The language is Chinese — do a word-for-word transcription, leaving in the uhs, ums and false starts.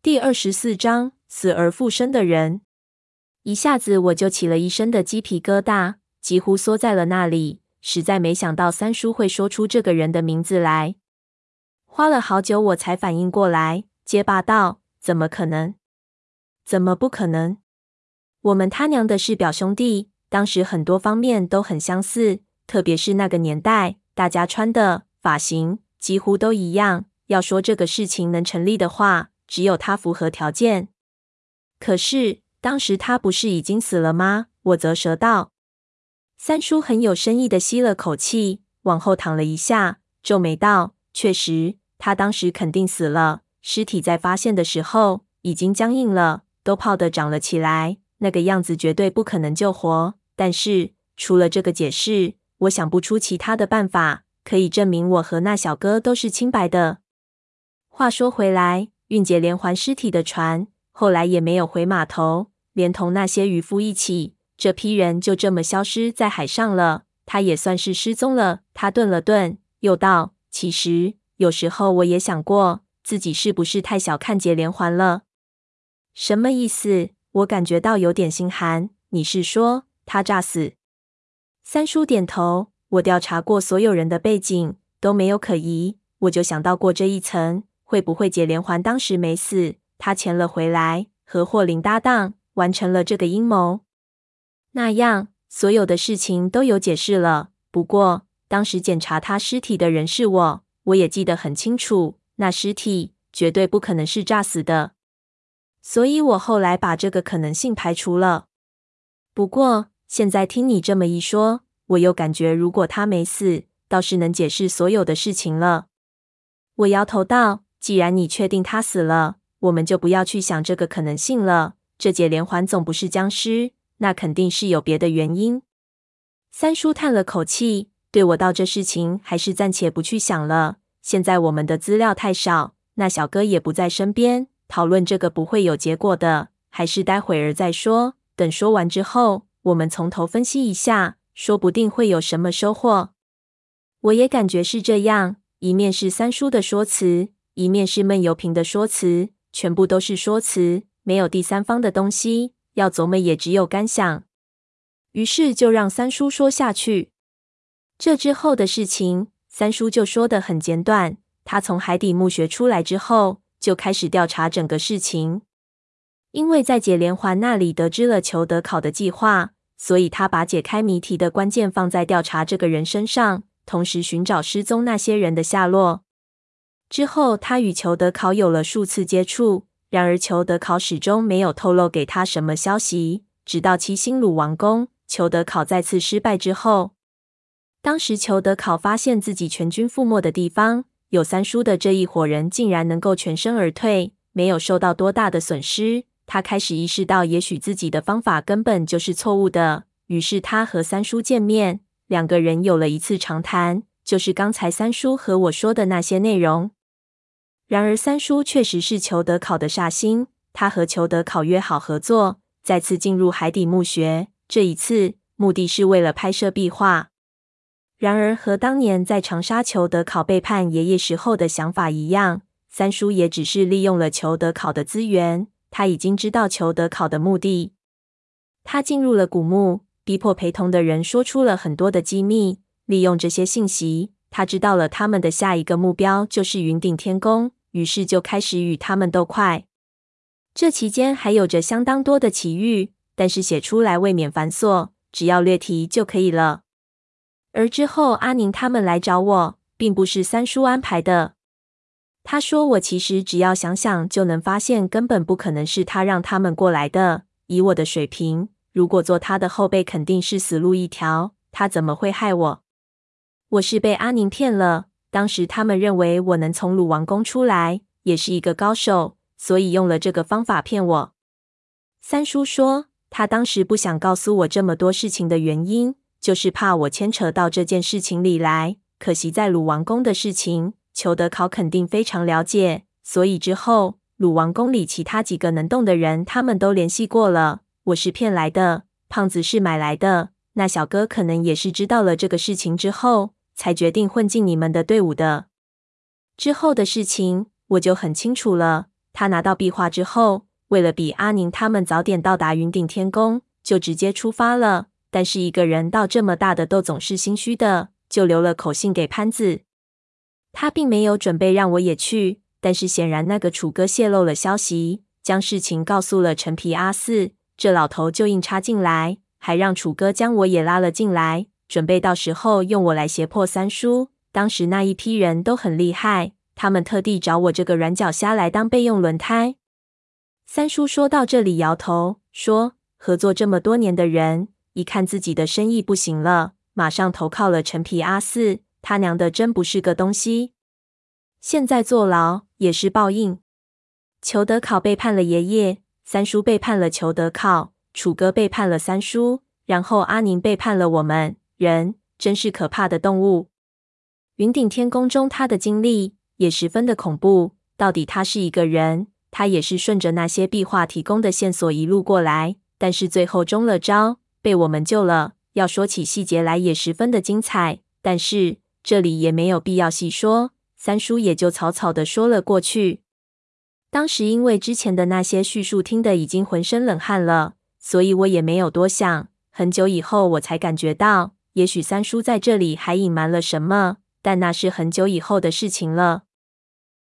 第二十四章死而复生的人。一下子我就起了一身的鸡皮疙瘩，几乎缩在了那里，实在没想到三叔会说出这个人的名字来。花了好久我才反应过来，结巴道：怎么可能？怎么不可能？我们他娘的是表兄弟，当时很多方面都很相似，特别是那个年代，大家穿的发型几乎都一样。要说这个事情能成立的话，只有他符合条件。可是当时他不是已经死了吗？我啧舌道。三叔很有深意的吸了口气，往后躺了一下，皱眉道：确实，他当时肯定死了，尸体在发现的时候已经僵硬了，都泡得长了起来，那个样子绝对不可能救活。但是除了这个解释，我想不出其他的办法可以证明我和那小哥都是清白的。话说回来，运解连环尸体的船后来也没有回码头，连同那些渔夫一起，这批人就这么消失在海上了。他也算是失踪了。他顿了顿，又道：其实有时候我也想过，自己是不是太小看解连环了。什么意思？我感觉到有点心寒。你是说他诈死？三叔点头。我调查过所有人的背景，都没有可疑，我就想到过这一层。会不会解连环当时没死，他潜了回来，和霍林搭档，完成了这个阴谋？那样，所有的事情都有解释了。不过，当时检查他尸体的人是我，我也记得很清楚，那尸体绝对不可能是诈死的。所以我后来把这个可能性排除了。不过，现在听你这么一说，我又感觉如果他没死，倒是能解释所有的事情了。我摇头道：既然你确定他死了，我们就不要去想这个可能性了。这解连环总不是僵尸，那肯定是有别的原因。三叔叹了口气，对我道：这事情还是暂且不去想了。现在我们的资料太少，那小哥也不在身边，讨论这个不会有结果的，还是待会儿再说。等说完之后，我们从头分析一下，说不定会有什么收获。我也感觉是这样，一面是三叔的说辞，一面是闷油瓶的说辞，全部都是说辞，没有第三方的东西，要琢磨也只有干想。于是就让三叔说下去。这之后的事情，三叔就说得很简短。他从海底墓穴出来之后，就开始调查整个事情。因为在解连环那里得知了裘德考的计划，所以他把解开谜题的关键放在调查这个人身上，同时寻找失踪那些人的下落。之后他与裘德考有了数次接触，然而裘德考始终没有透露给他什么消息，直到七星鲁王宫裘德考再次失败之后。当时裘德考发现自己全军覆没的地方，有三叔的这一伙人竟然能够全身而退，没有受到多大的损失。他开始意识到也许自己的方法根本就是错误的，于是他和三叔见面，两个人有了一次长谈，就是刚才三叔和我说的那些内容。然而三叔确实是裘德考的煞星，他和裘德考约好合作，再次进入海底墓穴，这一次目的是为了拍摄壁画。然而和当年在长沙裘德考背叛爷爷时候的想法一样，三叔也只是利用了裘德考的资源，他已经知道裘德考的目的。他进入了古墓，逼迫陪同的人说出了很多的机密，利用这些信息，他知道了他们的下一个目标就是云顶天宫，于是就开始与他们斗快。这期间还有着相当多的奇遇，但是写出来未免繁琐，只要略提就可以了。而之后阿宁他们来找我，并不是三叔安排的。他说我其实只要想想就能发现，根本不可能是他让他们过来的。以我的水平，如果做他的后辈肯定是死路一条，他怎么会害我？我是被阿宁骗了，当时他们认为我能从鲁王宫出来，也是一个高手，所以用了这个方法骗我。三叔说，他当时不想告诉我这么多事情的原因，就是怕我牵扯到这件事情里来。可惜在鲁王宫的事情，裘德考肯定非常了解，所以之后鲁王宫里其他几个能动的人他们都联系过了。我是骗来的，胖子是买来的，那小哥可能也是知道了这个事情之后，才决定混进你们的队伍的。之后的事情我就很清楚了， 他拿到壁画之后，为了比阿宁他们早点到达云顶天宫，就直接出发了。但是一个人到这么大的都总是心虚的，就留了口信给潘子。他并没有准备让我也去，但是显然那个楚哥泄露了消息，将事情告诉了陈皮阿四，这老头就硬插进来，还让楚哥将我也拉了进来，准备到时候用我来胁迫三叔。当时那一批人都很厉害，他们特地找我这个软脚虾来当备用轮胎。三叔说到这里摇头，说合作这么多年的人，一看自己的生意不行了，马上投靠了陈皮阿四，他娘的真不是个东西。现在坐牢也是报应。裘德考背叛了爷爷，三叔背叛了裘德考，楚哥背叛了三叔，然后阿宁背叛了我们，人真是可怕的动物。云顶天宫中他的经历也十分的恐怖，到底他是一个人，他也是顺着那些壁画提供的线索一路过来，但是最后中了招，被我们救了。要说起细节来也十分的精彩，但是这里也没有必要细说，三叔也就草草的说了过去。当时因为之前的那些叙述听得已经浑身冷汗了，所以我也没有多想，很久以后我才感觉到，也许三叔在这里还隐瞒了什么，但那是很久以后的事情了。